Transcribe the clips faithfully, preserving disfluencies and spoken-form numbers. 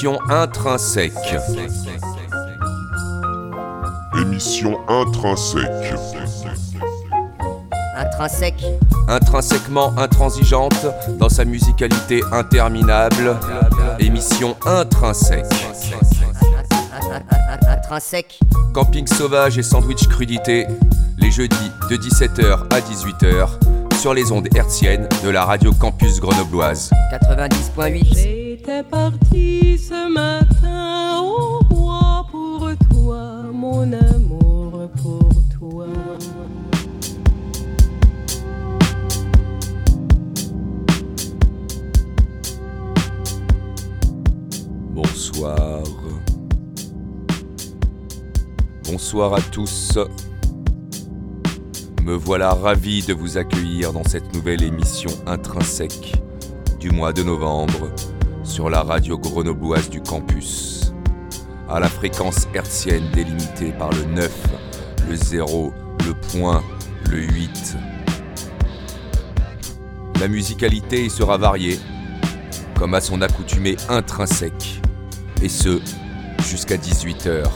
Émission intrinsèque. Émission intrinsèque. Intrinsèque. Intrinsèquement intransigeante dans sa musicalité interminable. Émission intrinsèque. Intrinsèque. Camping sauvage et sandwich crudité, les jeudis de dix-sept heures à dix-huit heures sur les ondes hertziennes de la radio campus grenobloise. quatre-vingt-dix point huit. J'étais parti ce matin au bois pour toi, mon amour pour toi. Bonsoir. Bonsoir à tous. Me voilà ravi de vous accueillir dans cette nouvelle émission intrinsèque du mois de novembre sur la radio grenobloise du campus, à la fréquence hertzienne délimitée par le neuf, le zéro, le point, le huit. La musicalité y sera variée, comme à son accoutumée intrinsèque, et ce, jusqu'à dix-huit heures.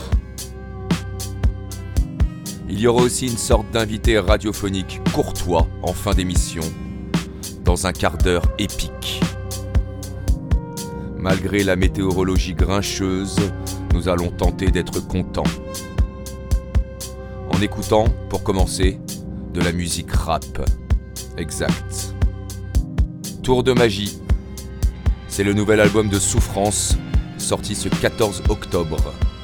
Il y aura aussi une sorte d'invité radiophonique courtois en fin d'émission, dans un quart d'heure épique. Malgré la météorologie grincheuse, nous allons tenter d'être contents. En écoutant, pour commencer, de la musique rap. Exact. Tour de magie. C'est le nouvel album de Souffrance, sorti ce quatorze octobre.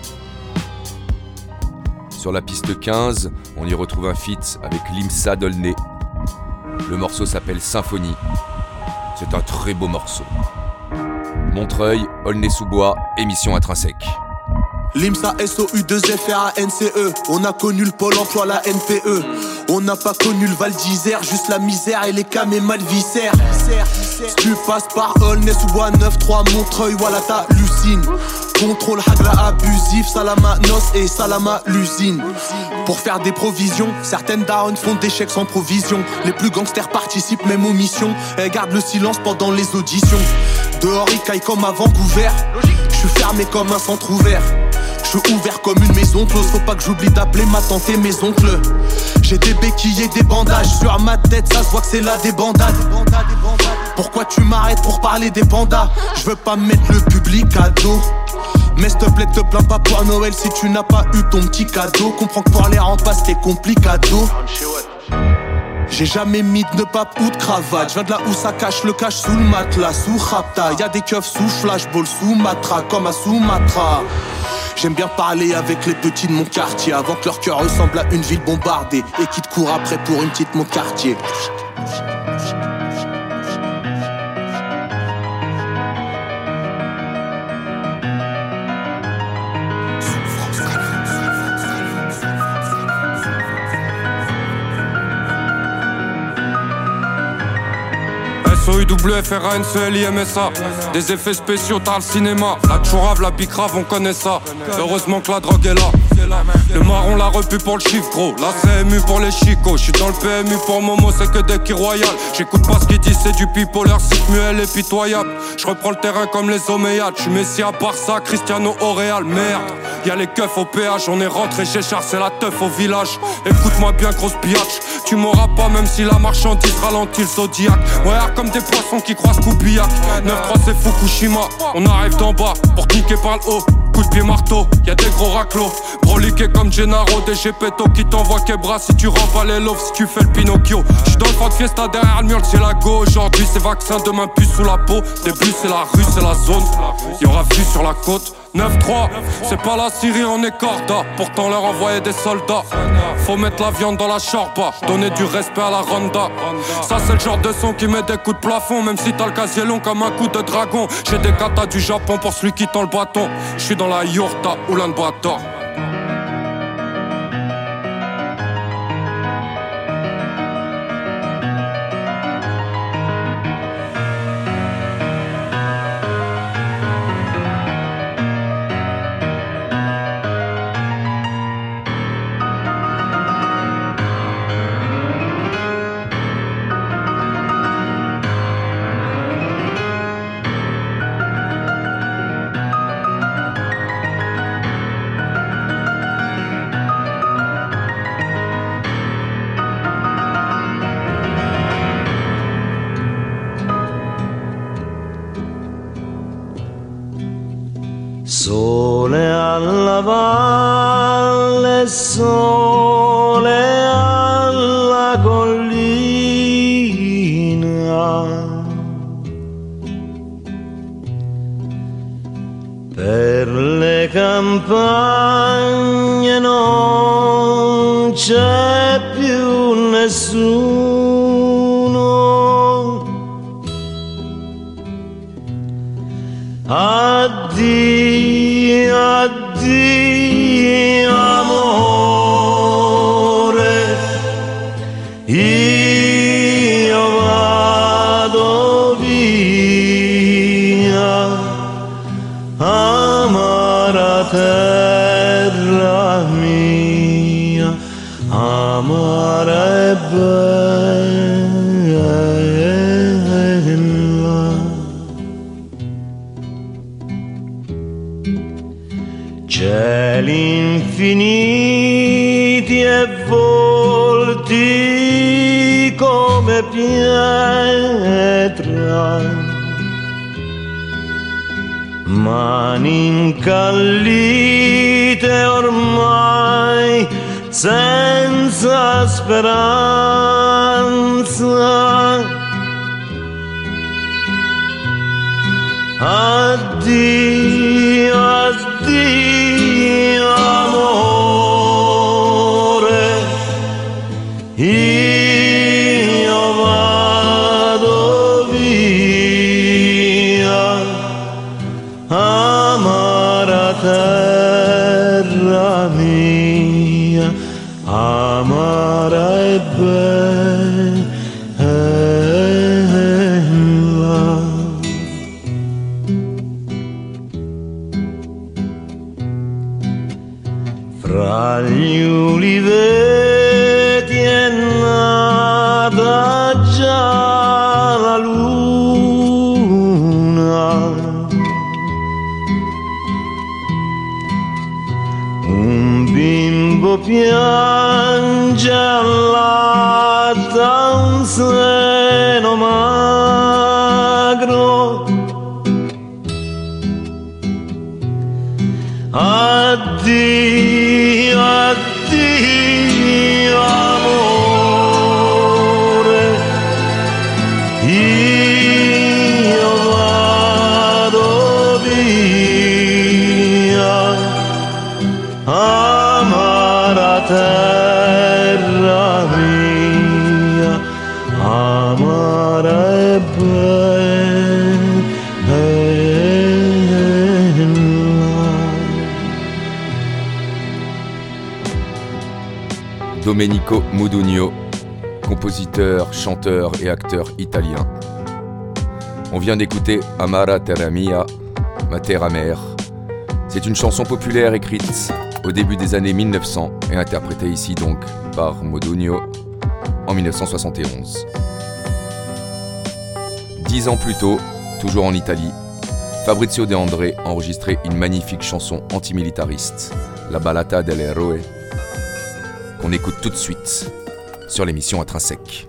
Sur la piste quinze, on y retrouve un feat avec Limsa Dolné. Le morceau s'appelle Symphonie. C'est un très beau morceau. Montreuil, Aulnay-sous-Bois, émission intrinsèque. Limsa S O U deux F R A N C E. On a connu le pôle emploi, la N P E. On n'a pas connu le Val d'Isère, juste la misère et les cams et malviscères. Tu passes par Aulnay-sous-Bois, neuf trois Montreuil, voilà t'hallucines. Contrôle hagla abusif, salama nos et salama l'usine. Pour faire des provisions, certaines darons font des chèques sans provision. Les plus gangsters participent même aux missions. Elles gardent le silence pendant les auditions. Dehors ils caillent comme à Vancouver. Je suis fermé comme un centre ouvert. Je suis ouvert comme une maison close. Faut pas que j'oublie d'appeler ma tante et mes oncles. J'ai des béquilles et des bandages sur ma tête, ça se voit que c'est la débandade. Pourquoi tu m'arrêtes pour parler des pandas? Je veux pas mettre le public à dos. Mais s'il te plaît, te plains pas pour Noël si tu n'as pas eu ton petit cadeau. Comprends que pour les rempas c'était complicado. J'ai jamais mis de pape ou de cravate. Je viens de là où ça cache le cache sous le matelas, sous Rapta. Y'a des keufs sous flashball, sous Matra, comme à Sumatra. J'aime bien parler avec les petits de mon quartier avant que leur cœur ressemble à une ville bombardée et qui te court après pour une petite mon quartier. S O U W F R A N C L I M S A. Des effets spéciaux, t'as le cinéma. La tchourave, la bicrave, on connaît ça. Heureusement que la drogue est là. Le marron l'a repu pour le chiffre gros. La C M U pour les chicots. J'suis dans le P M U pour Momo, c'est que des qui royales. J'écoute pas ce qu'ils disent, c'est du pipo. Leur site muel est pitoyable. J'reprends le terrain comme les Omeyyades. J'suis Messi à Barça, Cristiano au Real. Merde, y'a les keufs au péage. On est rentré chez Charles, c'est la teuf au village. Écoute-moi bien, grosse biatch. Tu m'auras pas même si la marchandise ralentit le Zodiac. Ouais, comme des poissons qui croisent Koubiak. neuf trois c'est Fukushima. On arrive d'en bas pour niquer par le haut. Coup de pied marteau, y'a des gros raclos. Broliqué comme Gennaro, des Gepetto qui t'envoient Kebra si tu rends pas les loaves, si tu fais le Pinocchio. J'suis dans le fond de fiesta derrière le mur, c'est la go. Aujourd'hui c'est vaccin, demain puce sous la peau. Début c'est la rue, c'est la zone. Y'aura vu sur la côte. neuf trois, c'est pas la Syrie, on est corda. Pourtant leur envoyer des soldats. Faut mettre la viande dans la chorba, donner du respect à la ronda. Ça c'est le genre de son qui met des coups de plafond. Même si t'as le casier long comme un coup de dragon. J'ai des katas du Japon pour celui qui tend le bâton. J'suis dans la yurta, Oulan-Bator. sole alla collina. Per le campagne non c'è più nessuno. Addio, addio amore, io vado via, amara terra mia, amara e bella. Cieli infiniti e volti come pietra, mani incallite ormai senza speranza. Addio, addio amore, io vado via, amara terra mia, amara e bella. Fra gli uliveti è nata già la luna, un bimbo piange allatta un seno magro. Addio, addio amore, io vado via, amara terra mia, amara e Domenico Modugno, compositeur, chanteur et acteur italien. On vient d'écouter Amara Terra Mia, ma terre amère. C'est une chanson populaire écrite au début des années mille neuf cents et interprétée ici donc par Modugno en mille neuf cent soixante et onze. Dix ans plus tôt, toujours en Italie, Fabrizio De André enregistrait une magnifique chanson antimilitariste, La Ballata dell'Eroe, qu'on écoute tout de suite sur l'émission Intrinsèque.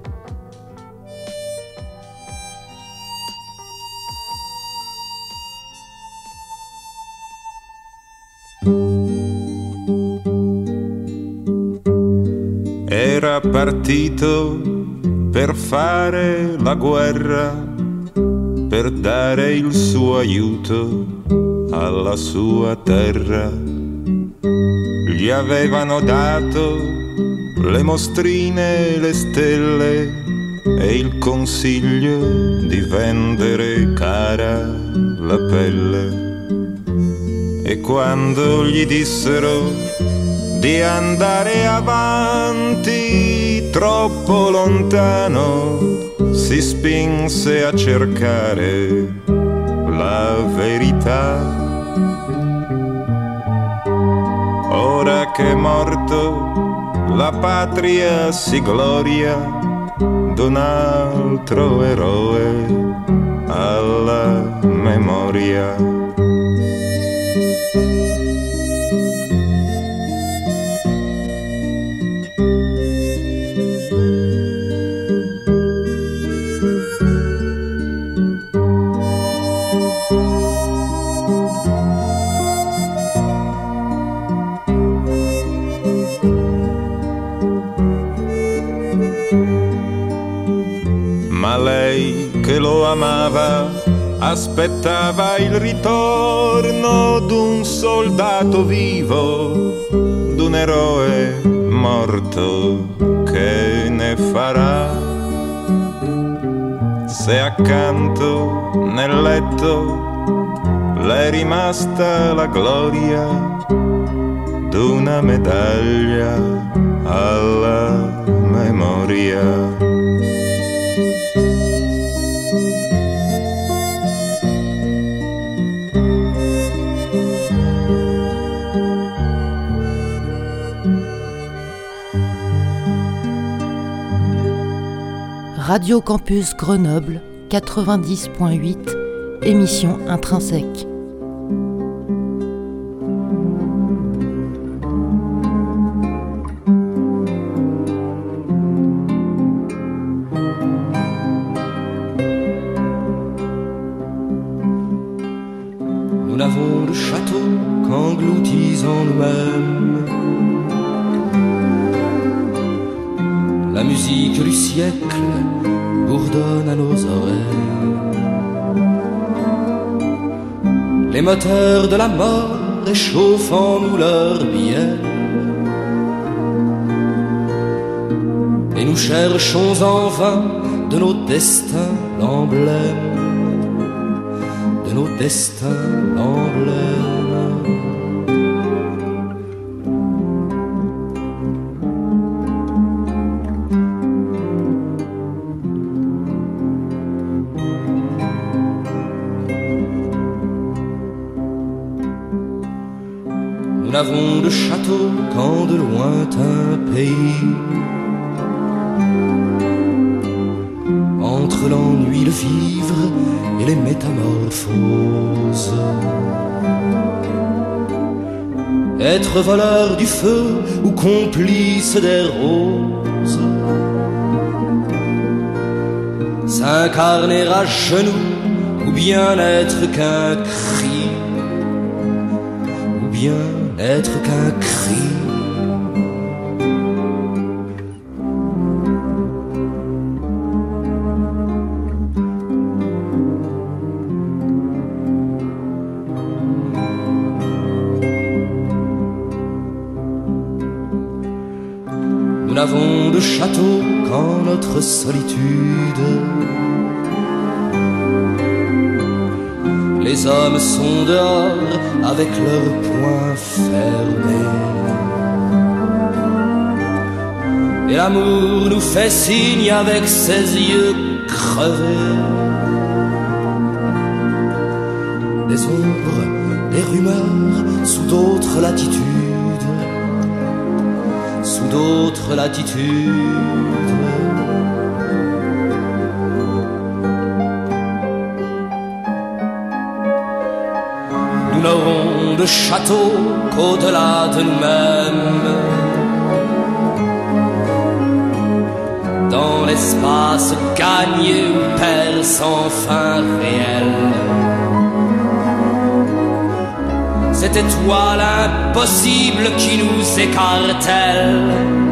Era partito per fare la guerra, per dare il suo aiuto alla sua terra. Gli avevano dato le mostrine, le stelle e il consiglio di vendere cara la pelle. E quando gli dissero di andare avanti troppo lontano, si spinse a cercare la verità. Ora che è morto, la patria si gloria d'un altro eroe alla memoria. amava, aspettava il ritorno d'un soldato vivo, d'un eroe morto, che ne farà? Se accanto nel letto le è rimasta la gloria d'una medaglia alla memoria. Radio Campus Grenoble quatre-vingt-dix point huit, émission Intrinsèque. Nous n'avons de château qu'engloutis en nous-mêmes. La musique du siècle bourdonne à nos oreilles. Les moteurs de la mort réchauffent en nous leur biais. Et nous cherchons en vain de nos destins l'emblème. De nos destins l'emblème. Nous n'avons de château qu'en de lointains pays. Entre l'ennui de vivre et les métamorphoses. Être voleur du feu ou complice des roses. S'incarner à genoux ou bien n'être qu'un cri. Ou bien n'être qu'un cri. Nous n'avons de château qu'en notre solitude. Les hommes sont dehors avec leurs poings fermés. Et l'amour nous fait signe avec ses yeux crevés. Des ombres, des rumeurs sous d'autres latitudes. Sous d'autres latitudes. Nous n'aurons de château qu'au-delà de nous-mêmes. Dans l'espace gagné ou perdu sans fin réel. Cette étoile impossible qui nous écartèle.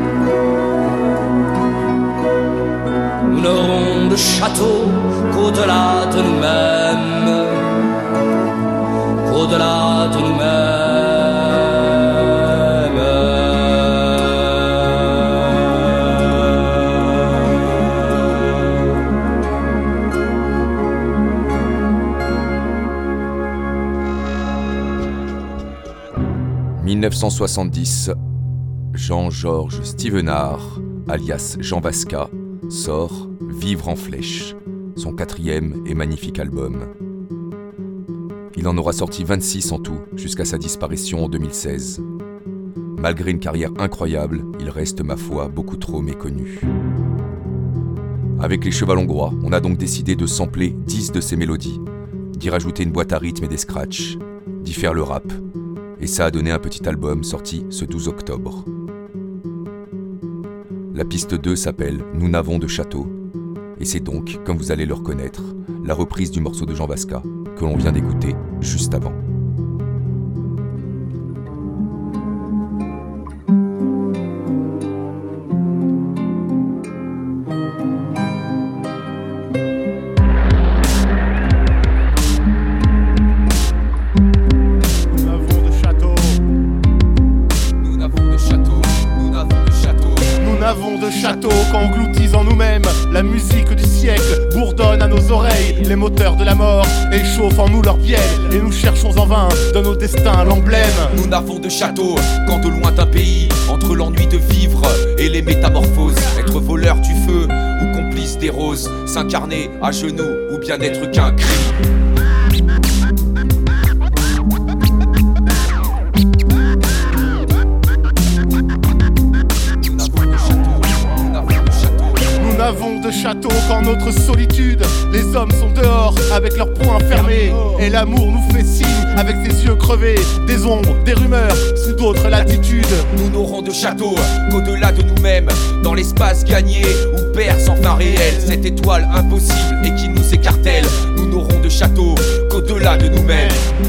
Nous n'aurons de château qu'au-delà de nous-mêmes. Qu'au-delà de nous-mêmes. dix-neuf cent soixante-dix, Jean-Georges Stevenard, alias Jean Vasca, sort Vivre en flèche, son quatrième et magnifique album. Il en aura sorti vingt-six en tout, jusqu'à sa disparition en deux mille seize. Malgré une carrière incroyable, il reste, ma foi, beaucoup trop méconnu. Avec les Chevals hongrois, on a donc décidé de sampler dix de ses mélodies, d'y rajouter une boîte à rythme et des scratchs, d'y faire le rap. Et ça a donné un petit album sorti ce douze octobre. La piste deux s'appelle « Nous n'avons de château » et c'est donc, comme vous allez le reconnaître, la reprise du morceau de Jean Vasca que l'on vient d'écouter juste avant. château qu'engloutis en nous-mêmes. La musique du siècle bourdonne à nos oreilles. Les moteurs de la mort échauffent en nous leur bielle. Et nous cherchons en vain dans nos destins l'emblème. Nous n'avons de château qu'en de lointains pays. Entre l'ennui de vivre et les métamorphoses. Être voleur du feu ou complice des roses. S'incarner à genoux ou bien n'être qu'un cri. Nous n'avons de château qu'en notre solitude. Les hommes sont dehors avec leurs poings fermés. Et l'amour nous fait signe avec ses yeux crevés. Des ombres, des rumeurs, sous d'autres latitudes. Nous n'aurons de château qu'au-delà de nous-mêmes. Dans l'espace gagné ou perd sans fin réel. Cette étoile impossible et qui nous écartèle. Nous n'aurons de château qu'au-delà de nous-mêmes.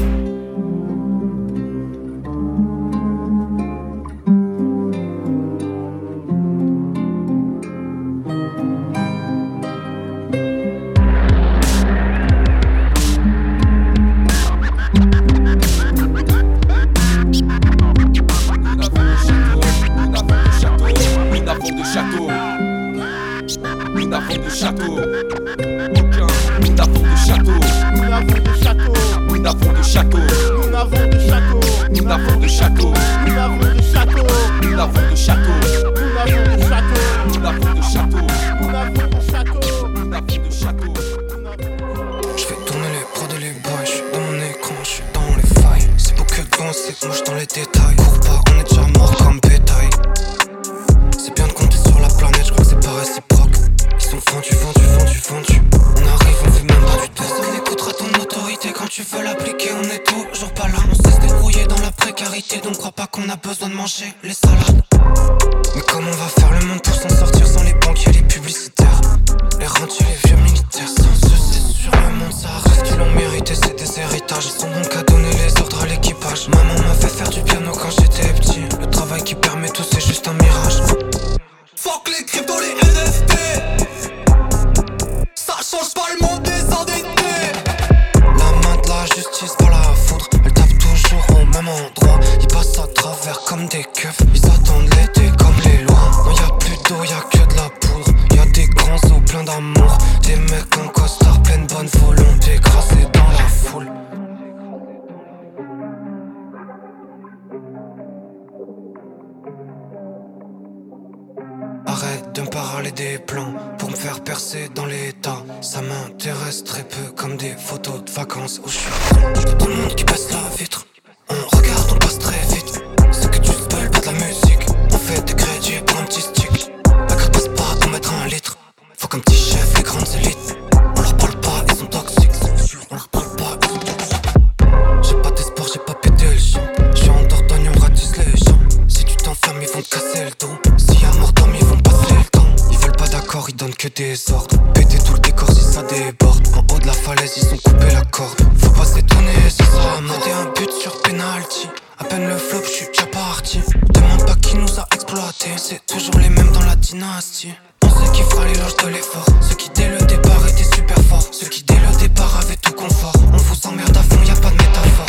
Arrête de me parler des plans pour me faire percer dans l'état. Ça m'intéresse très peu comme des photos de vacances où je suis. Tout le monde qui passe la vitre. On regarde, on passe très vite. Ce que tu spoil, pas de la musique. On fait des crédits pour un petit stick. La carte passe pas pour mettre un litre. Faut qu'un petit chef, les grandes élites. On leur parle pas, ils sont toxiques. On leur parle pas, ils sont toxiques. J'ai pas d'espoir, j'ai pas pété le champ. J'suis en Dordogne, on ratisse les champs. Si tu t'enfermes, ils vont te casser le dos. S'il y a mort d'homme, ils vont passer le temps. Ils veulent pas d'accord, ils donnent que des ordres. Péter tout le décor si ça déborde. En haut de la falaise, ils ont coupé la corde. Faut pas s'étonner, c'est ça. Monter un but sur penalty. À peine le flop, j'suis déjà parti. Demande pas qui nous a exploité. C'est toujours les mêmes dans la dynastie. On sait qui fera l'éloge de l'effort. Ceux qui dès le départ étaient super forts. Ceux qui dès le départ avaient tout confort. On vous emmerde à fond, y a pas de métaphore.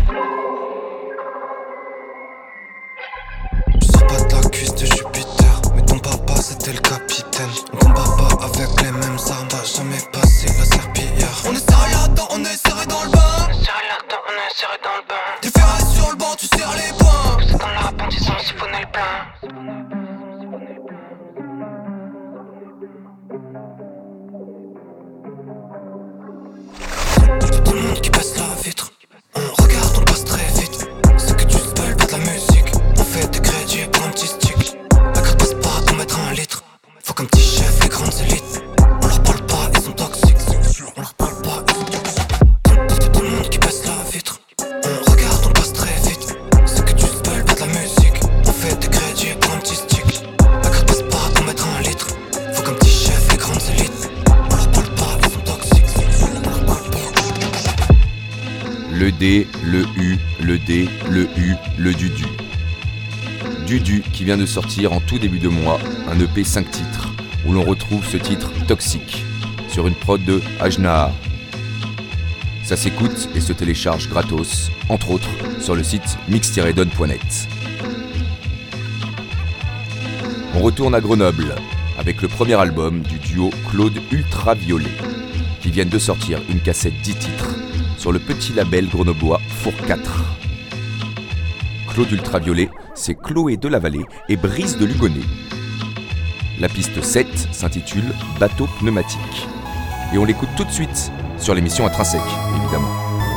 Tu sors pas de la cuisse de Jupiter. Mais ton papa c'était le capitaine. On combat pas avec les mêmes armes. T'as jamais passé la serpillière. On est serré là-dedans, on est serré dans le bain. On est serré là-dedans, on est serré dans le bain. T'es ferré sur le banc, tu serres les poings. C'est dans la appendice, on siphonnait le plein. Tout le monde qui passe la vitre. On regarde, on passe très vite. Ce que tu spoil, pas de la musique. On fait des crédits pour un petit stick. La carte passe pas pour mettre un litre. Faut qu'un petit chef, les grandes élites. On leur parle pas, ils sont toxiques. On leur parle pas, ils sont toxiques. Tout le monde qui passe la vitre. On regarde, on passe très vite. Ce que tu spoil, pas de la musique. On fait des crédits pour un petit stick. La carte passe pas pour mettre un litre. Faut qu'un petit chef, les grandes élites. On leur parle pas, ils sont toxiques. On leur parle pas. Le D, le U, le D, le U, le Dudu. Dudu qui vient de sortir en tout début de mois un E P cinq titres où l'on retrouve ce titre Toxique sur une prod de Ajnahar. Ça s'écoute et se télécharge gratos, entre autres sur le site mix tiret don point net. On retourne à Grenoble avec le premier album du duo Claude Ultraviolet, qui viennent de sortir une cassette dix titres sur le petit label grenoblois Four quatre. Claude Ultraviolet, c'est Chloé de la Vallée et Brice de Lugonnet. La piste sept s'intitule Bateau pneumatique. Et on l'écoute tout de suite sur l'émission Intrinsèque, évidemment.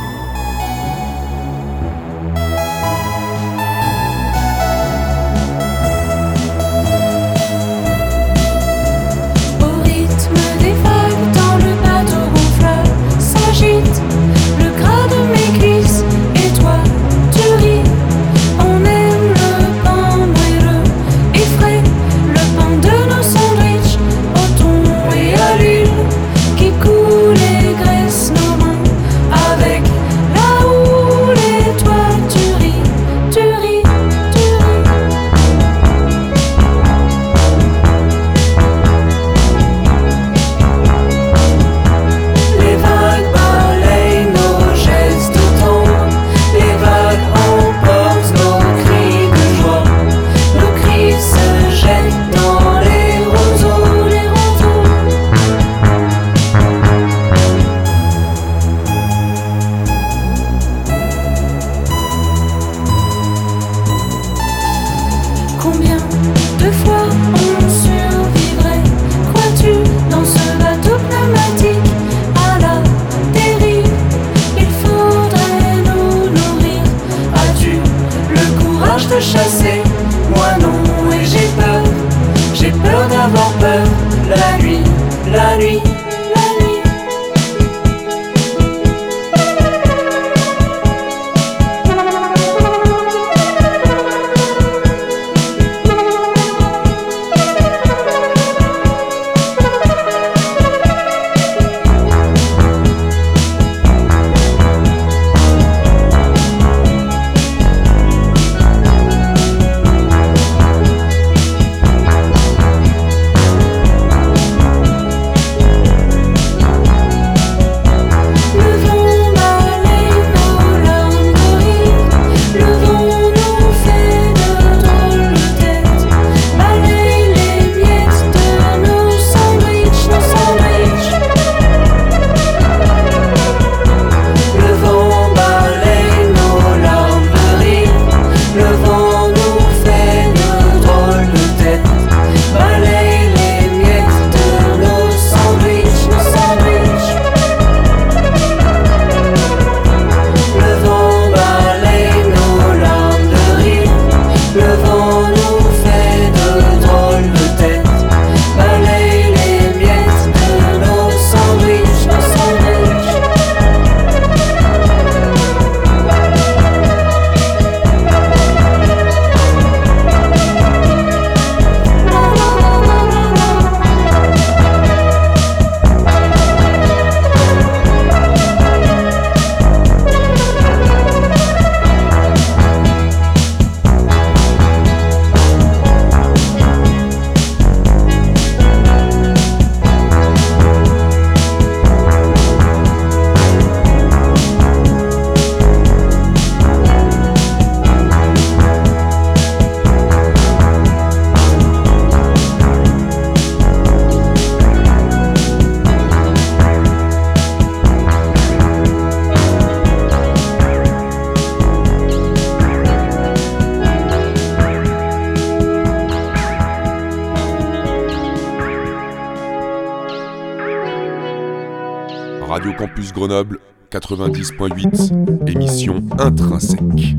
Radio Campus Grenoble, quatre-vingt-dix point huit, émission Intrinsèque.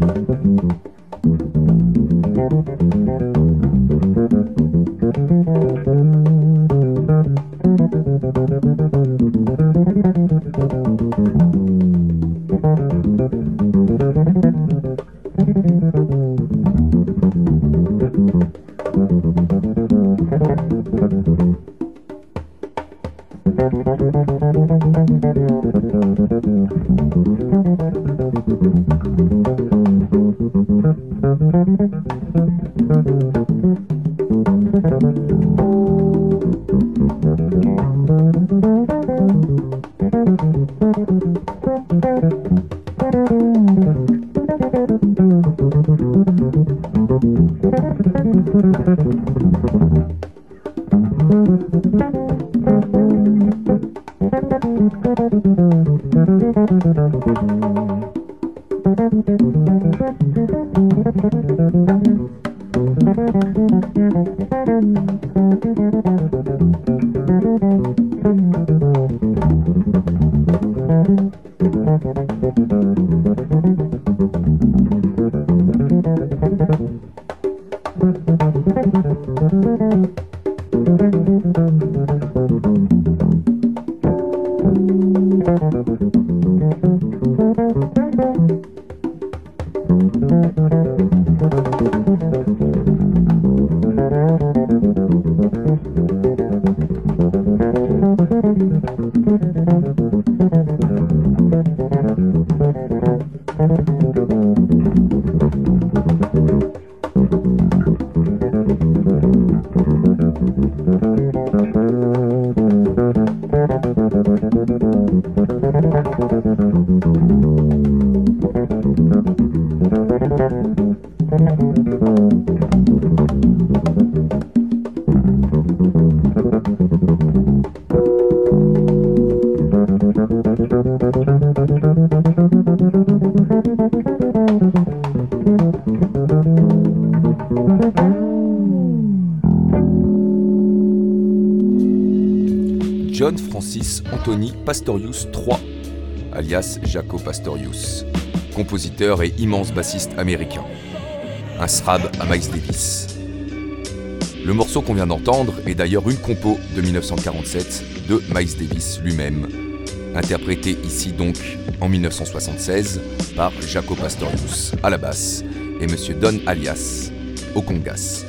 John Francis Anthony Pastorius trois, alias Jaco Pastorius, compositeur et immense bassiste américain. Un srab à Miles Davis. Le morceau qu'on vient d'entendre est d'ailleurs une compo de dix-neuf cent quarante-sept de Miles Davis lui-même, interprété ici donc en dix-neuf cent soixante-seize par Jaco Pastorius à la basse et Monsieur Don Alias au congas.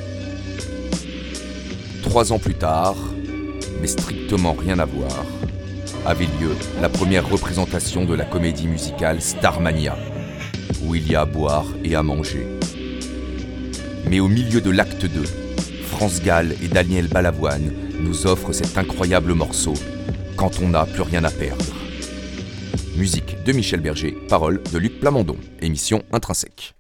Trois ans plus tard, mais strictement rien à voir, avait lieu la première représentation de la comédie musicale Starmania, où il y a à boire et à manger. Mais au milieu de l'acte deux, France Gall et Daniel Balavoine nous offrent cet incroyable morceau « Quand on n'a plus rien à perdre ». Musique de Michel Berger, paroles de Luc Plamondon, émission Intrinsèque.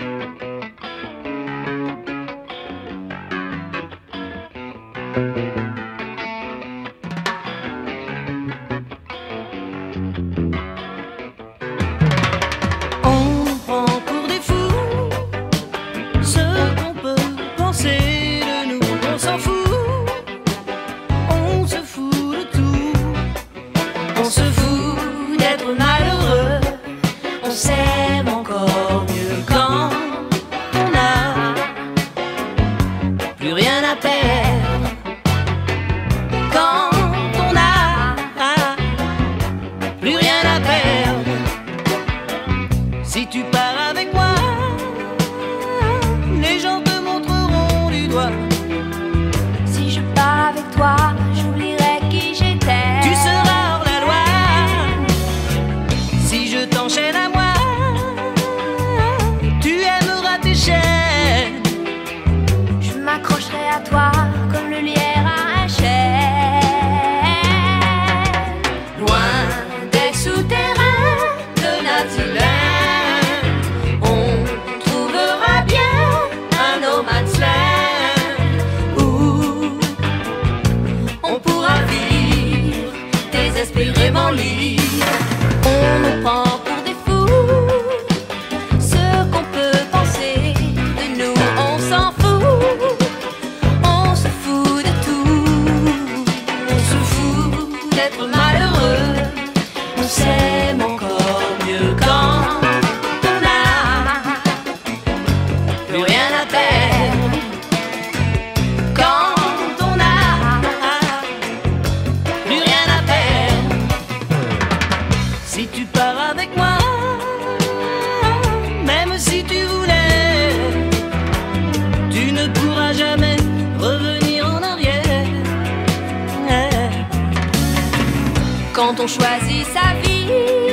Quand on choisit sa vie,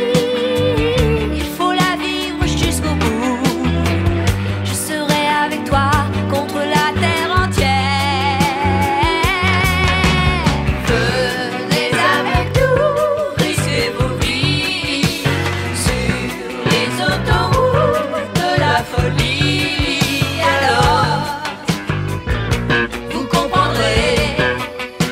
il faut la vivre jusqu'au bout. Je serai avec toi contre la terre entière. Venez avec nous, risquez vos vies sur les autoroutes de la folie. Alors, vous comprendrez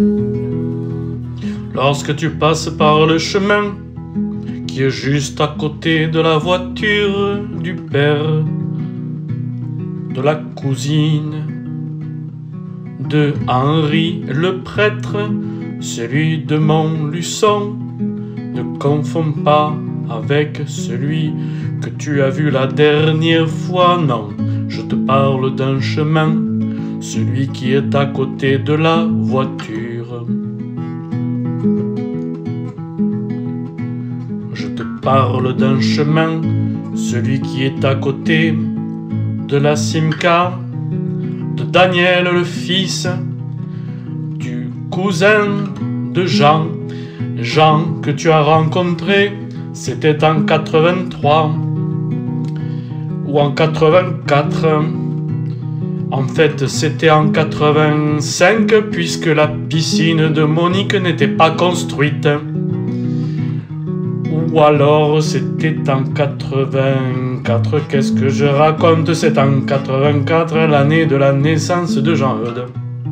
Lorsque tu passes par le chemin qui est juste à côté de la voiture du père, de la cousine, de Henri le prêtre, celui de Montluçon, ne confonds pas avec celui que tu as vu la dernière fois, non, je te parle d'un chemin, celui qui est à côté de la voiture. Je te parle d'un chemin, celui qui est à côté de la Simca, de Daniel le fils, du cousin de Jean, Jean que tu as rencontré, c'était en quatre-vingt-trois ou en quatre-vingt-quatre. En fait, c'était en quatre-vingt-cinq puisque la piscine de Monique n'était pas construite. Ou alors c'était en quatre-vingt-quatre, qu'est-ce que je raconte? C'est en quatre-vingt-quatre, l'année de la naissance de Jean-Eudes.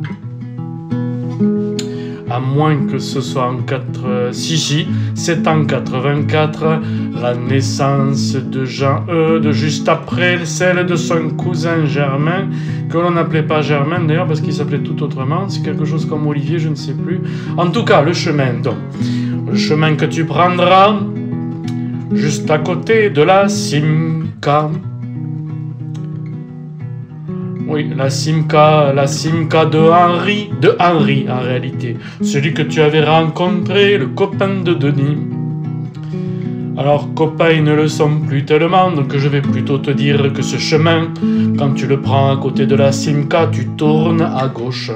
À moins que ce soit en quatre... Si, si, c'est en quatre-vingt-quatre, la naissance de Jean-Eudes, juste après celle de son cousin Germain, que l'on n'appelait pas Germain d'ailleurs, parce qu'il s'appelait tout autrement, c'est quelque chose comme Olivier, je ne sais plus. En tout cas, le chemin, donc. Le chemin que tu prendras, juste à côté de la Simca. Oui, la Simca, la Simca de Henri, de Henri en réalité. Celui que tu avais rencontré, le copain de Denis. Alors, copains, ils ne le sont plus tellement, donc je vais plutôt te dire que ce chemin, quand tu le prends à côté de la Simca, tu tournes à gauche.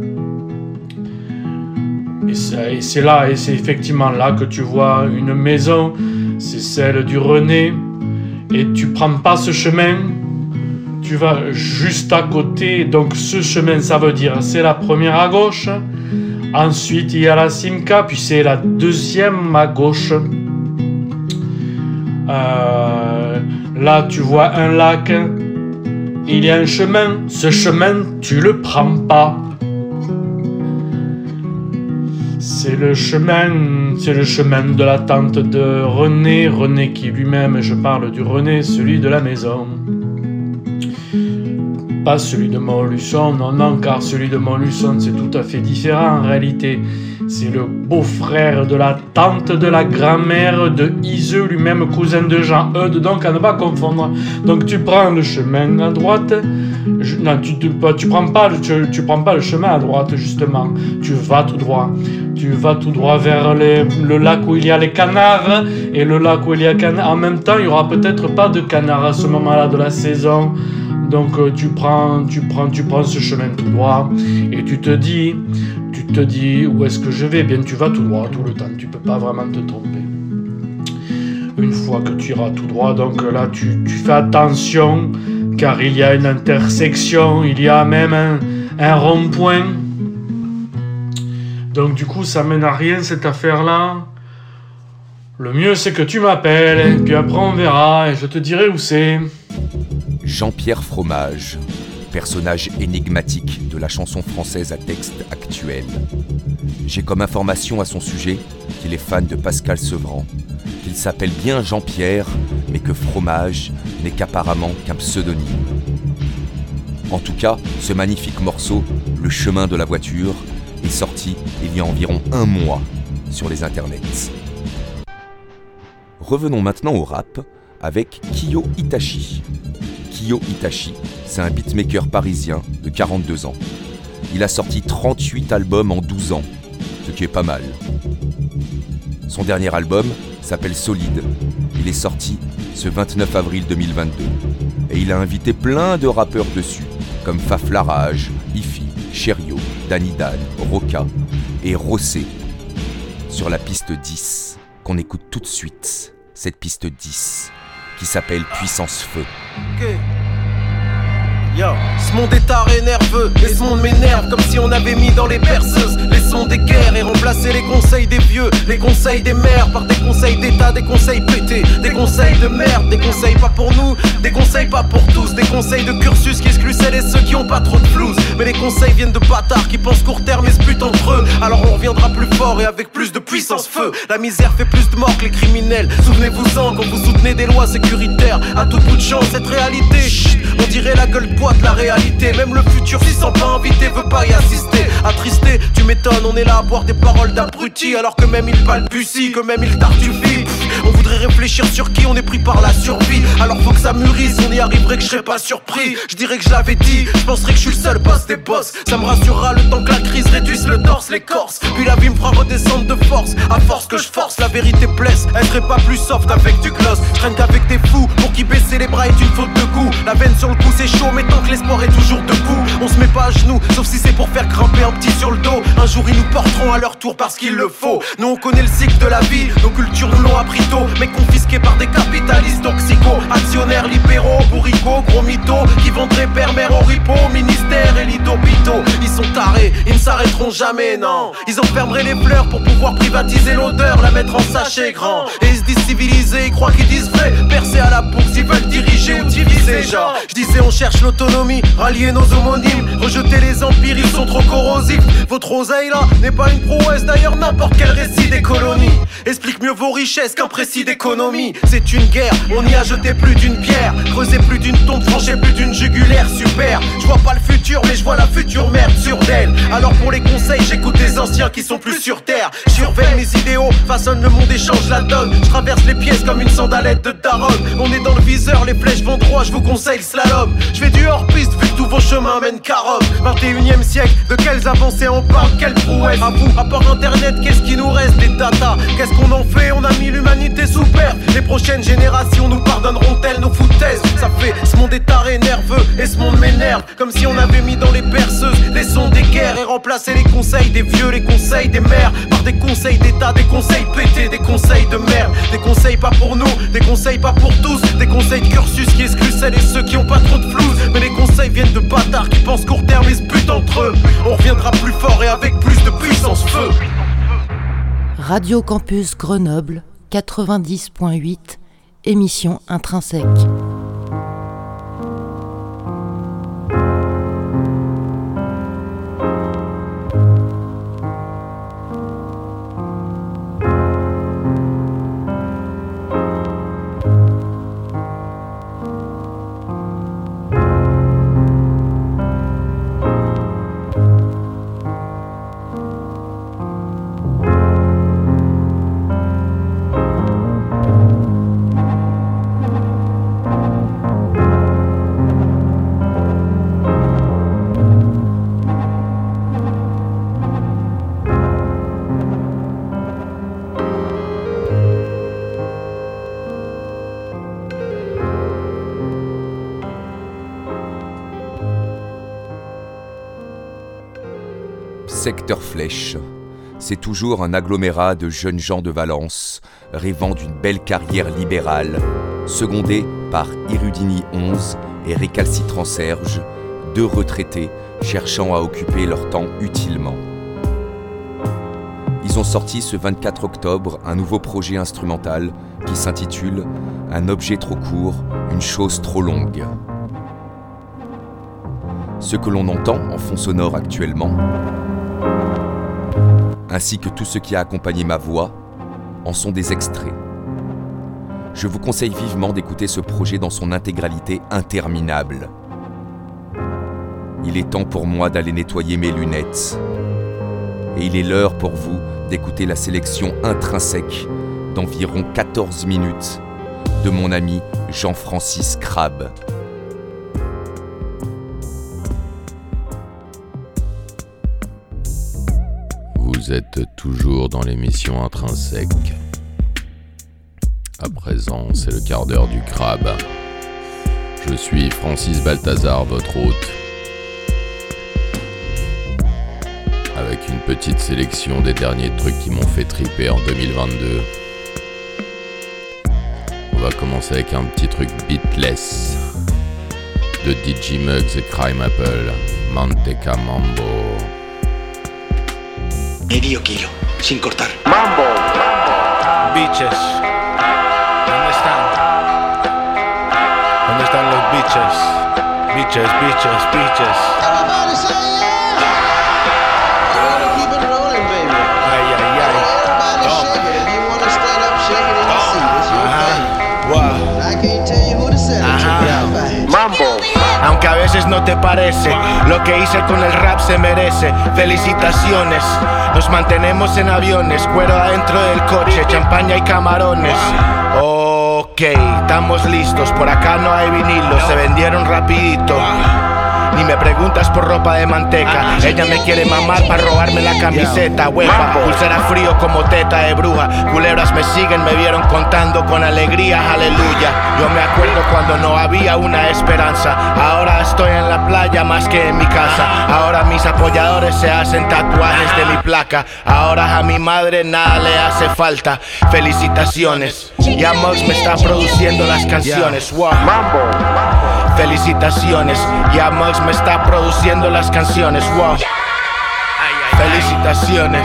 Et c'est, et c'est là, et c'est effectivement là que tu vois une maison, c'est celle du René, et tu prends pas ce chemin, tu vas juste à côté, donc ce chemin, ça veut dire, c'est la première à gauche, ensuite il y a la Simca, puis c'est la deuxième à gauche. Euh, là, tu vois un lac, il y a un chemin, ce chemin, tu le prends pas. C'est le chemin, c'est le chemin de la tante de René, René qui lui-même, je parle du René, celui de la maison. Pas celui de Montluçon, non, non, car celui de Montluçon, c'est tout à fait différent en réalité. C'est le beau-frère de la tante de la grand-mère de Iseux, lui-même cousin de Jean-Eudes, donc à ne pas confondre. Donc tu prends le chemin à droite, je, non, tu, tu, tu, prends pas, tu, tu prends pas le chemin à droite, justement. Tu vas tout droit. Tu vas tout droit vers les, le lac où il y a les canards, et le lac où il y a canards. En même temps, il n'y aura peut-être pas de canards à ce moment-là de la saison. Donc euh, tu prends, tu prends, tu prends ce chemin tout droit, et tu te dis, tu te dis, où est-ce que je vais? Bien, tu vas tout droit tout le temps, tu peux pas vraiment te tromper. Une fois que tu iras tout droit, donc là, tu, tu fais attention, car il y a une intersection, il y a même un, un rond-point. Donc du coup, ça mène à rien cette affaire-là. Le mieux, c'est que tu m'appelles, et puis après on verra, et je te dirai où c'est. Jean-Pierre Fromage, personnage énigmatique de la chanson française à texte actuel. J'ai comme information à son sujet qu'il est fan de Pascal Sevran, qu'il s'appelle bien Jean-Pierre, mais que Fromage n'est qu'apparemment qu'un pseudonyme. En tout cas, ce magnifique morceau, Le chemin de la voiture, est sorti il y a environ un mois sur les internets. Revenons maintenant au rap avec Kiyo Itachi. Kiyo Itachi, c'est un beatmaker parisien de quarante-deux ans. Il a sorti trente-huit albums en douze ans, ce qui est pas mal. Son dernier album s'appelle Solide. Il est sorti ce vingt-neuf avril deux mille vingt-deux. Et il a invité plein de rappeurs dessus, comme Faf Larage, Ifi, Cherio, Danny Dan, Roca et Rossé. Sur la piste dix, qu'on écoute tout de suite, cette piste dix, qui s'appelle Puissance Feu. Okay. Yo. Ce monde est taré nerveux, et ce monde m'énerve comme si on avait mis dans les perceuses les sons des guerres et remplacé remplacer les conseils des vieux, les conseils des mères par des conseils d'état, des conseils pétés, des conseils de merde, des conseils pas pour nous, des conseils pas pour tous, des conseils de cursus qui excluent celles et ceux qui ont pas trop de flouze. Mais les conseils viennent de bâtards qui pensent court terme et se butent entre eux. Alors on reviendra plus fort et avec plus de puissance feu. La misère fait plus de morts que les criminels. Souvenez-vous-en quand vous soutenez des lois sécuritaires. À tout bout de champ cette réalité, chut, on dirait la gueule de bois de la réalité. Même le futur s'y sent pas invité, veut pas y assister. Attristé, tu m'étonnes, on est là à boire des paroles d'abrutis. Alors que même il balbutie, que même il tartufie. On voudrait réfléchir sur qui on est pris par la survie. Alors faut que ça mûrisse, on y arriverait que je serais pas surpris. Je dirais que je l'avais dit, je penserais que je suis le seul boss des boss. Ça me rassurera le temps que la crise réduise le torse, l'écorce. Puis la vie me fera redescendre de force. À force que je force, la vérité blesse. Elle serait pas plus soft avec du gloss. Je traîne qu'avec des fous, pour qui baisser les bras est une faute de goût. La veine sur le cou c'est chaud, mais tant que l'espoir est toujours debout. On se met pas à genoux, sauf si c'est pour faire grimper un petit sur le dos. Un jour ils nous porteront à leur tour parce qu'il le faut. Nous on connaît le cycle de la vie, nos cultures nous l'ont appris tôt. Mais confisqués par des capitalistes toxicaux, actionnaires libéraux, bourricots, gros mythos, qui vendraient père, mère au ripo, ministère et lit d'hôpitaux. Ils sont tarés, ils ne s'arrêteront jamais, non. Ils enfermeraient les fleurs pour pouvoir privatiser l'odeur, la mettre en sachet grand. Et ils se disent civilisés, ils croient qu'ils disent vrai, percés à la bourse, ils veulent diriger ou diviser, genre. Je disais on cherche l'autonomie, rallier nos homonymes, rejeter les empires, ils sont trop corrosifs. Votre oseille là n'est pas une prouesse, d'ailleurs n'importe quel récit des colonies explique mieux vos richesses qu'un précis d'économie. C'est une guerre, on y a jeté plus d'une pierre, creusé plus d'une tombe, franchi plus d'une jugulaire, super. Je vois pas le futur mais je vois la future merde sur d'elle. Alors pour les conseils j'écoute des anciens qui sont plus sur terre. Je surveille mes idéaux, façonne le monde et change la donne. Je traverse les pièces comme une sandalette de daronne. On est dans le viseur, les flèches vont droit, je vous conseille le slalom. Je fais du hors-piste vu que tous vos chemins mènent qu'à Rome. vingt et unième siècle, de quelles avancées on parle, quelle prouesse. À vous, à part internet, qu'est-ce qui nous reste? Des data, qu'est-ce qu'on en fait? On a mis l'humanité sous perf. Les prochaines générations nous pardonneront-elles nos foutaises? Ça fait, ce monde est taré, nerveux, et ce monde m'énerve. Comme si on avait mis dans les perceuses les sons des guerres et remplacé les conseils des vieux, les conseils des mères par des conseils d'état, des conseils pétés, des conseils de merde. Des conseils pas pour nous, des conseils pas pour tous, des conseils de cursus qui excluent celles et ceux qui ont pas trop de flouze. Mais les conseils viennent de bâtards qui pensent court terme et se butent entre eux. On reviendra plus fort et avec plus de puissance feu. Radio Campus Grenoble quatre-vingt-dix point huit, émission Intrinsèque. Secteur Flèche, c'est toujours un agglomérat de jeunes gens de Valence, rêvant d'une belle carrière libérale, secondés par Irudini onze et Récalcitrant Serge, deux retraités cherchant à occuper leur temps utilement. Ils ont sorti ce vingt-quatre octobre un nouveau projet instrumental qui s'intitule « Un objet trop court, une chose trop longue ». Ce que l'on entend en fond sonore actuellement, ainsi que tout ce qui a accompagné ma voix, en sont des extraits. Je vous conseille vivement d'écouter ce projet dans son intégralité interminable. Il est temps pour moi d'aller nettoyer mes lunettes. Et il est l'heure pour vous d'écouter la sélection intrinsèque d'environ quatorze minutes de mon ami Jean-Francis Crabe. Vous êtes toujours dans l'émission Intrinsèque. À présent, c'est le quart d'heure du crabe. Je suis Francis Balthazar, votre hôte. Avec une petite sélection des derniers trucs qui m'ont fait triper en deux mille vingt-deux. On va commencer avec un petit truc beatless de D J Muggs et Crime Apple, Manteca Mambo. Medio kilo, sin cortar. Mambo, mambo. Bitches. ¿Dónde están? ¿Dónde están los bitches? Bitches, bitches, bitches. Everybody say yeah. We're gonna keep it rolling, baby. Ay, ay, ay. Everybody oh. shake it. If you wanna stand up, shake it in your oh. seat. It's your Ajá. thing. Wow. I can't tell you who to sell it to. Mambo. Aunque a veces no te parece, lo que hice con el rap se merece. Felicitaciones. Nos mantenemos en aviones, cuero adentro del coche, champaña y camarones. Ok, estamos listos, por acá no hay vinilos, se vendieron rapidito. Ni me preguntas por ropa de manteca. Ella me quiere mamar para robarme la camiseta. Huepa, pulsera frío como teta de bruja. Culebras me siguen, me vieron contando con alegría, aleluya. Yo me acuerdo cuando no había una esperanza. Ahora estoy en la playa más que en mi casa. Ahora mis apoyadores se hacen tatuajes de mi placa. Ahora a mi madre nada le hace falta. Felicitaciones. Ya Muggs me está produciendo las canciones. Wow. Felicitaciones. Ya Muggs me está produciendo las canciones. Wow. Felicitaciones.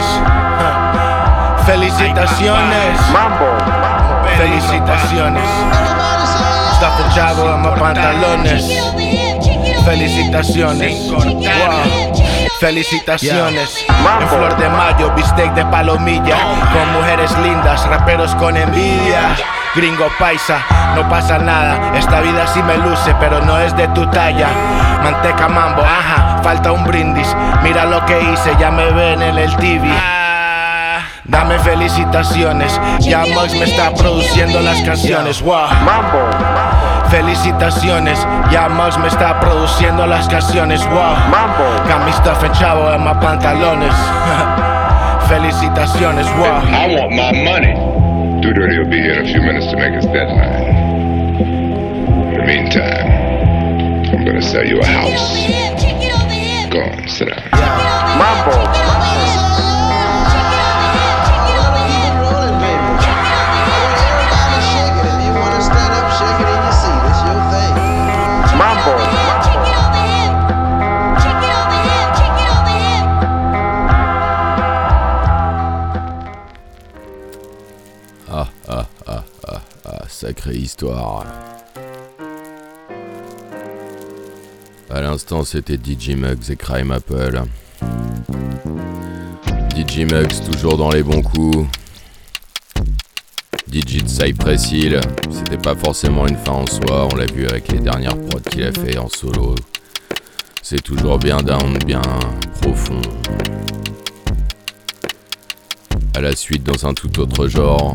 Felicitaciones. Felicitaciones. Stuff el chavo en mis pantalones. Felicitaciones. Wow. Felicitaciones. En flor de mayo, bistec de palomilla. Con mujeres lindas, raperos con envidia. Gringo paisa, no pasa nada. Esta vida sí me luce, pero no es de tu talla. Manteca mambo, ajá, falta un brindis. Mira lo que hice, ya me ven en el T V. Dame felicitaciones, ya Muggs me está produciendo las canciones. Wow. Mambo. Felicitaciones, ya Muggs me está produciendo las canciones. Wow. Mambo. Got me stuff en chavo en mis pantalones. Felicitaciones. Wow. I want my money. Too Dirty will be here in a few minutes to make his deadline. In the meantime, I'm gonna sell you a house. Go on, sit down. Yeah. Mambo. Ah, ah, ah, ah, ah, sacrée histoire. À l'instant, c'était D J Muggs et Crime Apple. D J Muggs toujours dans les bons coups. D J de Cypress Hill, c'était pas forcément une fin en soi, on l'a vu avec les dernières prods qu'il a fait en solo. C'est toujours bien down, bien profond. À la suite, dans un tout autre genre,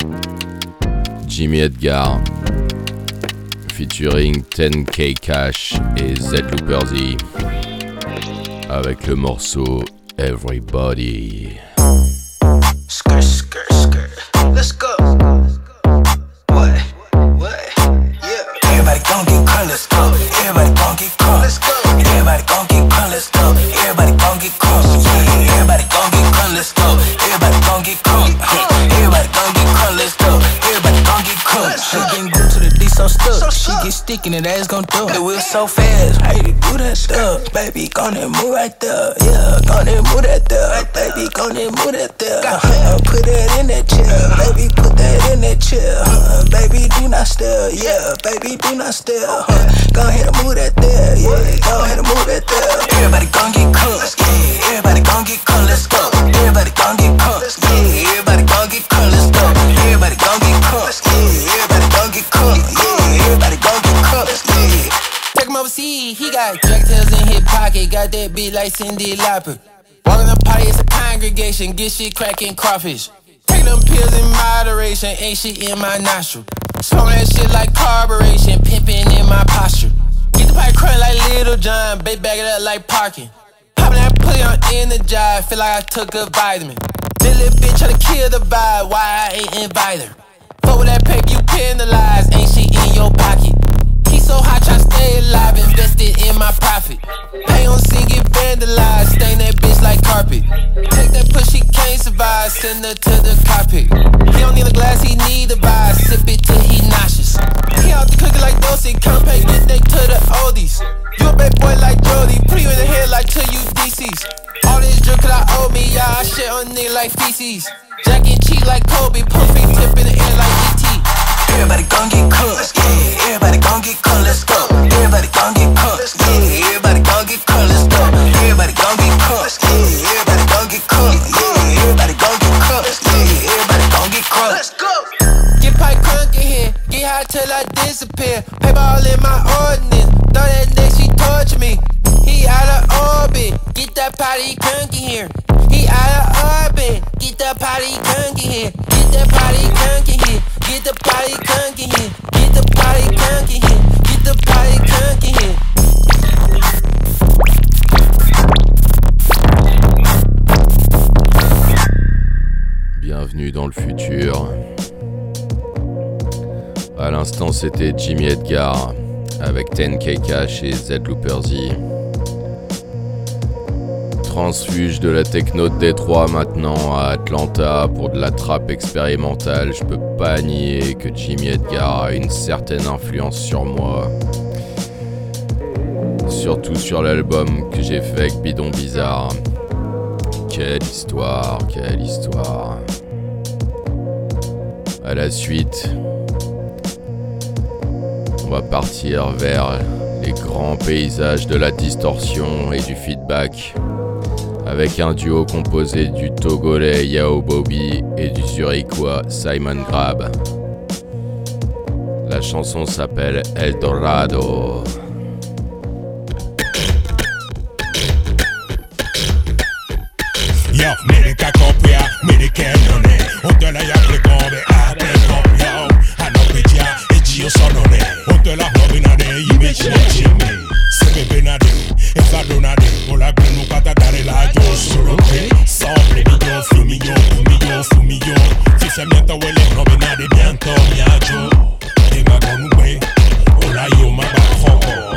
Jimmy Edgar featuring ten K Cash et Z Looper Z avec le morceau Everybody. Skirt, skirt, skirt. Let's go. What? What? Yeah. Everybody gon' get crunk, let's go. Everybody gon' get crunk, let's go. Everybody gon' get crunk, let's go. Everybody gon' get crunk, yeah. Everybody gon' get crunk, let's go. Everybody gon' get crunk, everybody gon' get crunk, let's go. Everybody gon' get crunk. She getting good to the D so stuck. She get sticky and that ass gon' do. The wheel so fast, how you do that stuff? Baby, gon' that move right there, yeah. Gon' that move that there, baby, gon' that move that there. Uh, put that in that chair, baby, put that in that chair. Uh, baby, do not stare, yeah. Baby, do not stare. Uh, go ahead and move that there, yeah. Go ahead and move that there. Everybody gon' get crunk, yeah. Everybody gon' get crunk, let's go. Everybody gon' get crunk, yeah. Everybody gon' get crunk, let's go. Everybody gon' get crunk, yeah. Everybody gon' get crunk, yeah. Everybody gon' get crunk, yeah. Take him overseas, he got jack tails in his pocket, got that beat like Cyndi Lauper. Walking the party, it's a congregation, get shit cracking crawfish. Take them pills in moderation, ain't shit in my nostril. Smoking that shit like carburation, pimping in my posture. Get the pipe crunch like Little John, baby bag it up like parking. Popping that pussy on Energize, feel like I took a vitamin. This little bitch tryna kill the vibe, why I ain't invite her? Fuck with that paper, you penalized, ain't shit in your pocket. He so hot, tryna stay alive, invested in my profit. Pay on scene, get vandalized, stain that bitch like carpet. Take that push, she can't survive, send her to the cockpit. He don't need a glass, he need a vibe, sip it till he nauseous. He out the cookie like Dosey, come pay, get they to the oldies. You a bad boy like Jody, put you in the head like to you D Cs. All all this drip cause I owe me. Yeah, I shit on nigga like feces. Jack and cheek like Kobe, pump fake tip in the air like E T. Everybody gon' get cooked, yeah. Everybody gon' get cooked, let's go. Everybody gon' get cooked, yeah. Everybody gon' get cooked, let's go. Everybody gon' get cooked, yeah. Everybody gon' get cooked, yeah. Everybody gon' get cooked, yeah. Everybody gon' get cooked. Let's go. Get pipe crunk in here, get high till I disappear. Paper all in my ordinance, thought that next she torture me. He out of orbit, get that potty crunk in here. He out of orbit, get that potty crunk in here. Get that potty crunk in here. Get the potty crunk in here. Get the potty crunk in here. Get the potty crunk in here. Bienvenue dans le futur. À l'instant, c'était Jimmy Edgar avec ten K Cash et Z Looper Z. Transfuge de la techno de Détroit maintenant à Atlanta pour de la trap expérimentale. Je peux pas nier que Jimmy Edgar a une certaine influence sur moi. Surtout sur l'album que j'ai fait avec Bidon Bizarre. Quelle histoire, quelle histoire. À la suite, on va partir vers les grands paysages de la distorsion et du feedback avec un duo composé du Togolais Yao Bobby et du Zurichois Simon Grab. La chanson s'appelle El Dorado. Yo, medica copia, medica non è. O te la yapre come a te copia. Hanno pedia e Gio sono ne. O te la robina de invece di Jimmy. Se bebe nade, e vado nade. O la grinu pata dare la yo solo che. Sobre di yo, fumillo, fumillo, fumillo. Si se mienta huele robina de bianco, miaggio. Tenga con un güey, o la yo ma bajo.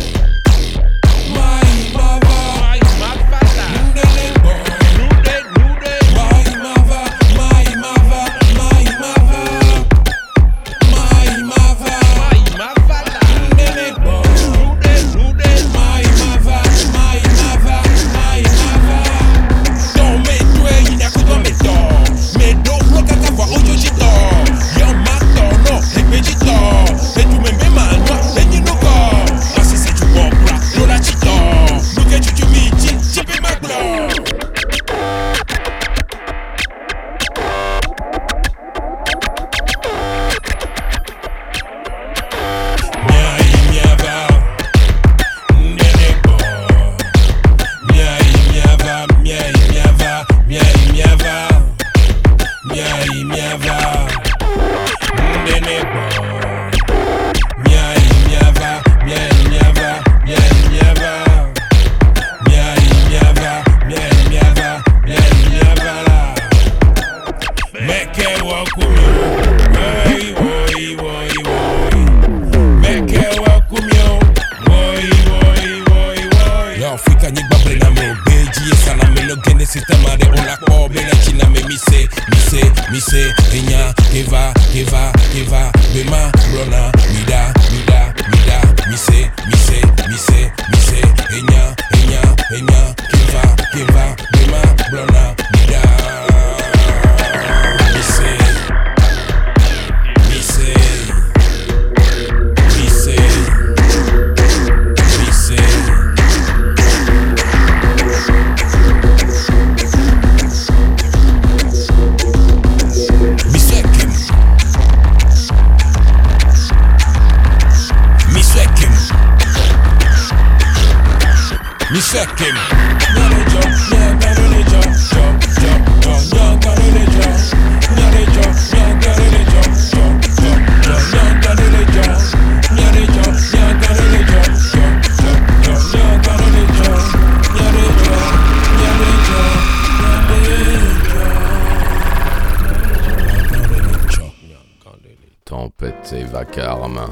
Tempête et vacarme.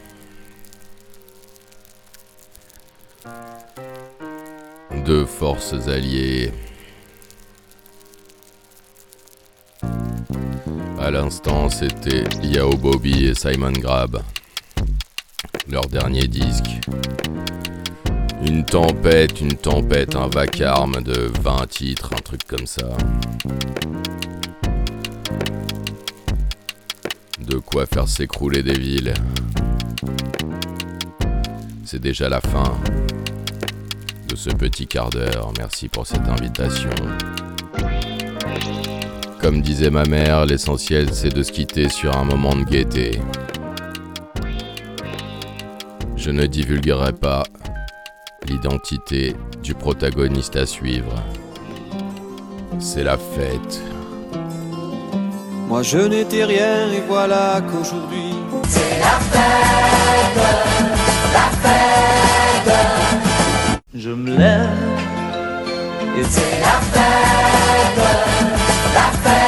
Deux forces alliées. À l'instant, c'était Yao Bobby et Simon Grab. Leur dernier disque. Une tempête, une tempête, un vacarme de vingt titres, un truc comme ça. De quoi faire s'écrouler des villes. C'est déjà la fin de ce petit quart d'heure. Merci pour cette invitation. Comme disait ma mère, l'essentiel c'est de se quitter sur un moment de gaieté. Je ne divulguerai pas l'identité du protagoniste à suivre. C'est la fête. Moi je n'étais rien et voilà qu'aujourd'hui c'est la fête, la fête. Je me lève et c'est la fête, la fête.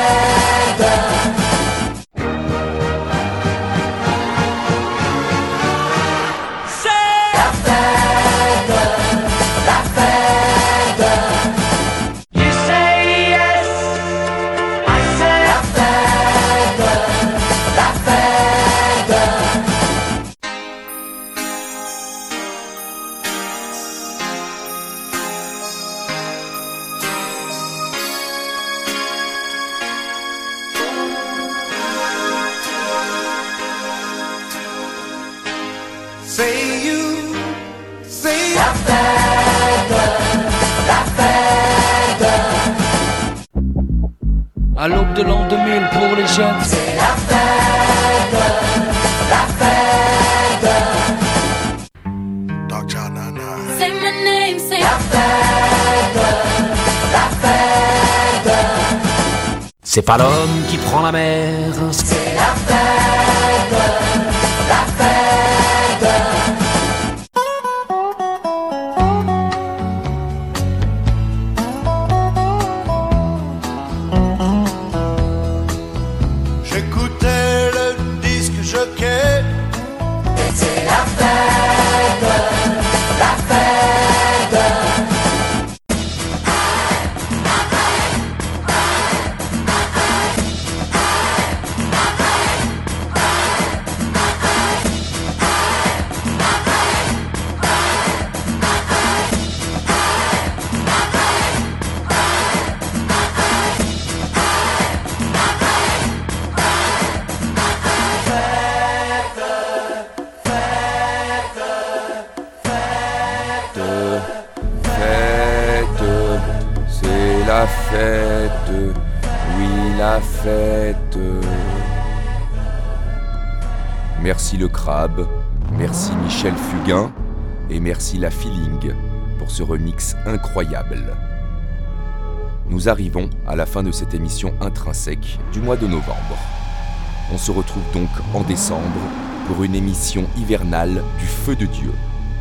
C'est la fête, la fête. You say yes, I say la fête, la fête. Say you, say la fête, la fête. à l'aube de l'an deux mille pour les jeunes. C'est la fête, la fête. Say my name, say la fête, la fête. C'est pas l'homme qui prend la mer, c'est la fête, la fête. J'écoutais le disque jockey. C'est la fête, la fête. La fête, oui la fête. Merci le crabe, merci Michel Fugain et merci la Feeling pour ce remix incroyable. Nous arrivons à la fin de cette émission intrinsèque du mois de novembre. On se retrouve donc en décembre pour une émission hivernale du feu de Dieu.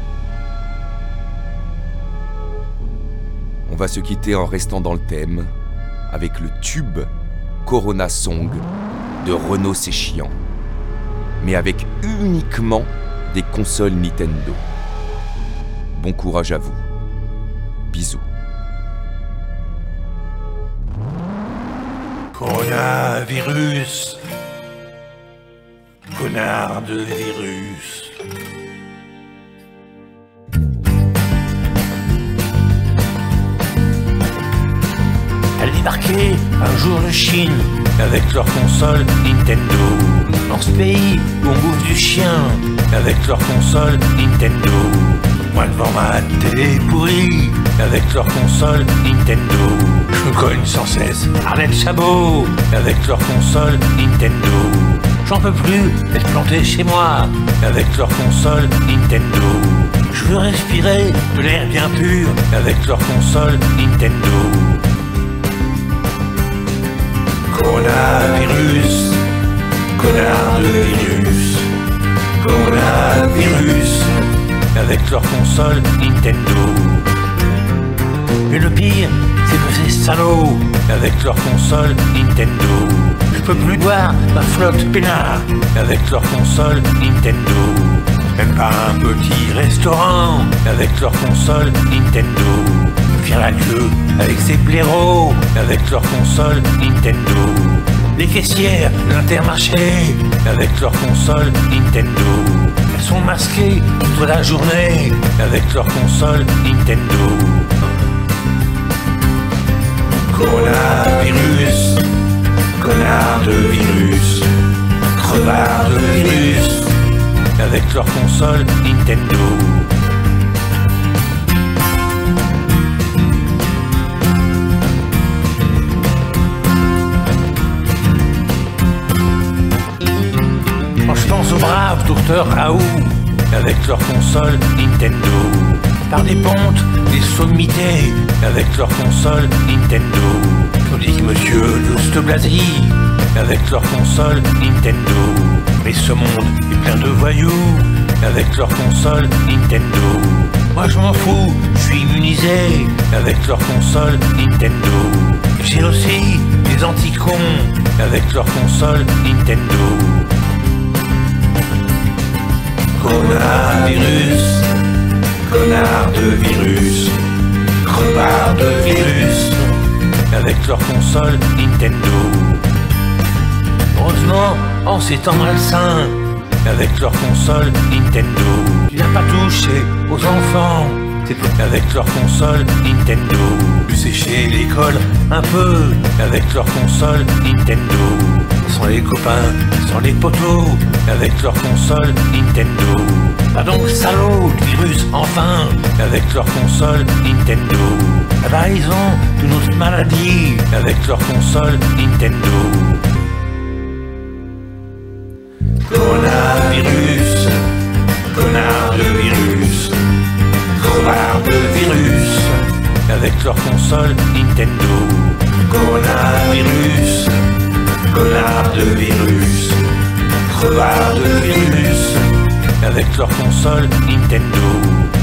On va se quitter en restant dans le thème avec le tube Corona Song de Renaud Séchiant, mais avec uniquement des consoles Nintendo. Bon courage à vous. Bisous. Coronavirus. Connard de virus. Elle débarquait un jour de Chine avec leur console Nintendo. Dans ce pays où on bouffe du chien avec leur console Nintendo. Moi devant ma télé pourrie avec leur console Nintendo. Je me cogne sans cesse Arlette Chabot avec leur console Nintendo. J'en peux plus d'être planté chez moi avec leur console Nintendo. Je veux respirer de l'air bien pur avec leur console Nintendo. Coronavirus, connard de virus, coronavirus, avec leur console Nintendo. Mais le pire, c'est que ces salauds, avec leur console Nintendo. Je peux plus boire ma flotte peinard, avec leur console Nintendo. Même pas un petit restaurant, avec leur console Nintendo. Faire la queue avec ces blaireaux, avec leur console Nintendo. les caissières de l'Intermarché, avec leur console Nintendo. Elles sont masquées toute la journée, avec leur console Nintendo. Coronavirus, connard de virus, crevard de virus, avec leur console Nintendo. Quand je pense aux braves docteur Raoult, avec leur console Nintendo. Par des pontes, des sommités, avec leur console Nintendo. Tandis que monsieur Louste Blasi, avec leur console Nintendo. Mais ce monde est plein de voyous, avec leur console Nintendo. Moi je m'en fous, je suis immunisé, avec leur console Nintendo. J'ai aussi des anticons, avec leur console Nintendo. Coronavirus, connard de virus, crevard de virus, avec leur console Nintendo. Heureusement, en ces temps malsains, avec leur console Nintendo. Tu n'as pas touché aux enfants, c'est avec leur console Nintendo. Tu séché l'école un peu, avec leur console Nintendo. Sans les copains, sans les poteaux, avec leur console Nintendo. Pas donc salaud, virus, enfin, avec leur console Nintendo. Ah bah ils ont une autre maladie, avec leur console Nintendo. Coronavirus, connard de virus, crevard de virus, avec leur console Nintendo. Coronavirus, connard de virus, crevard de virus, avec leur console Nintendo.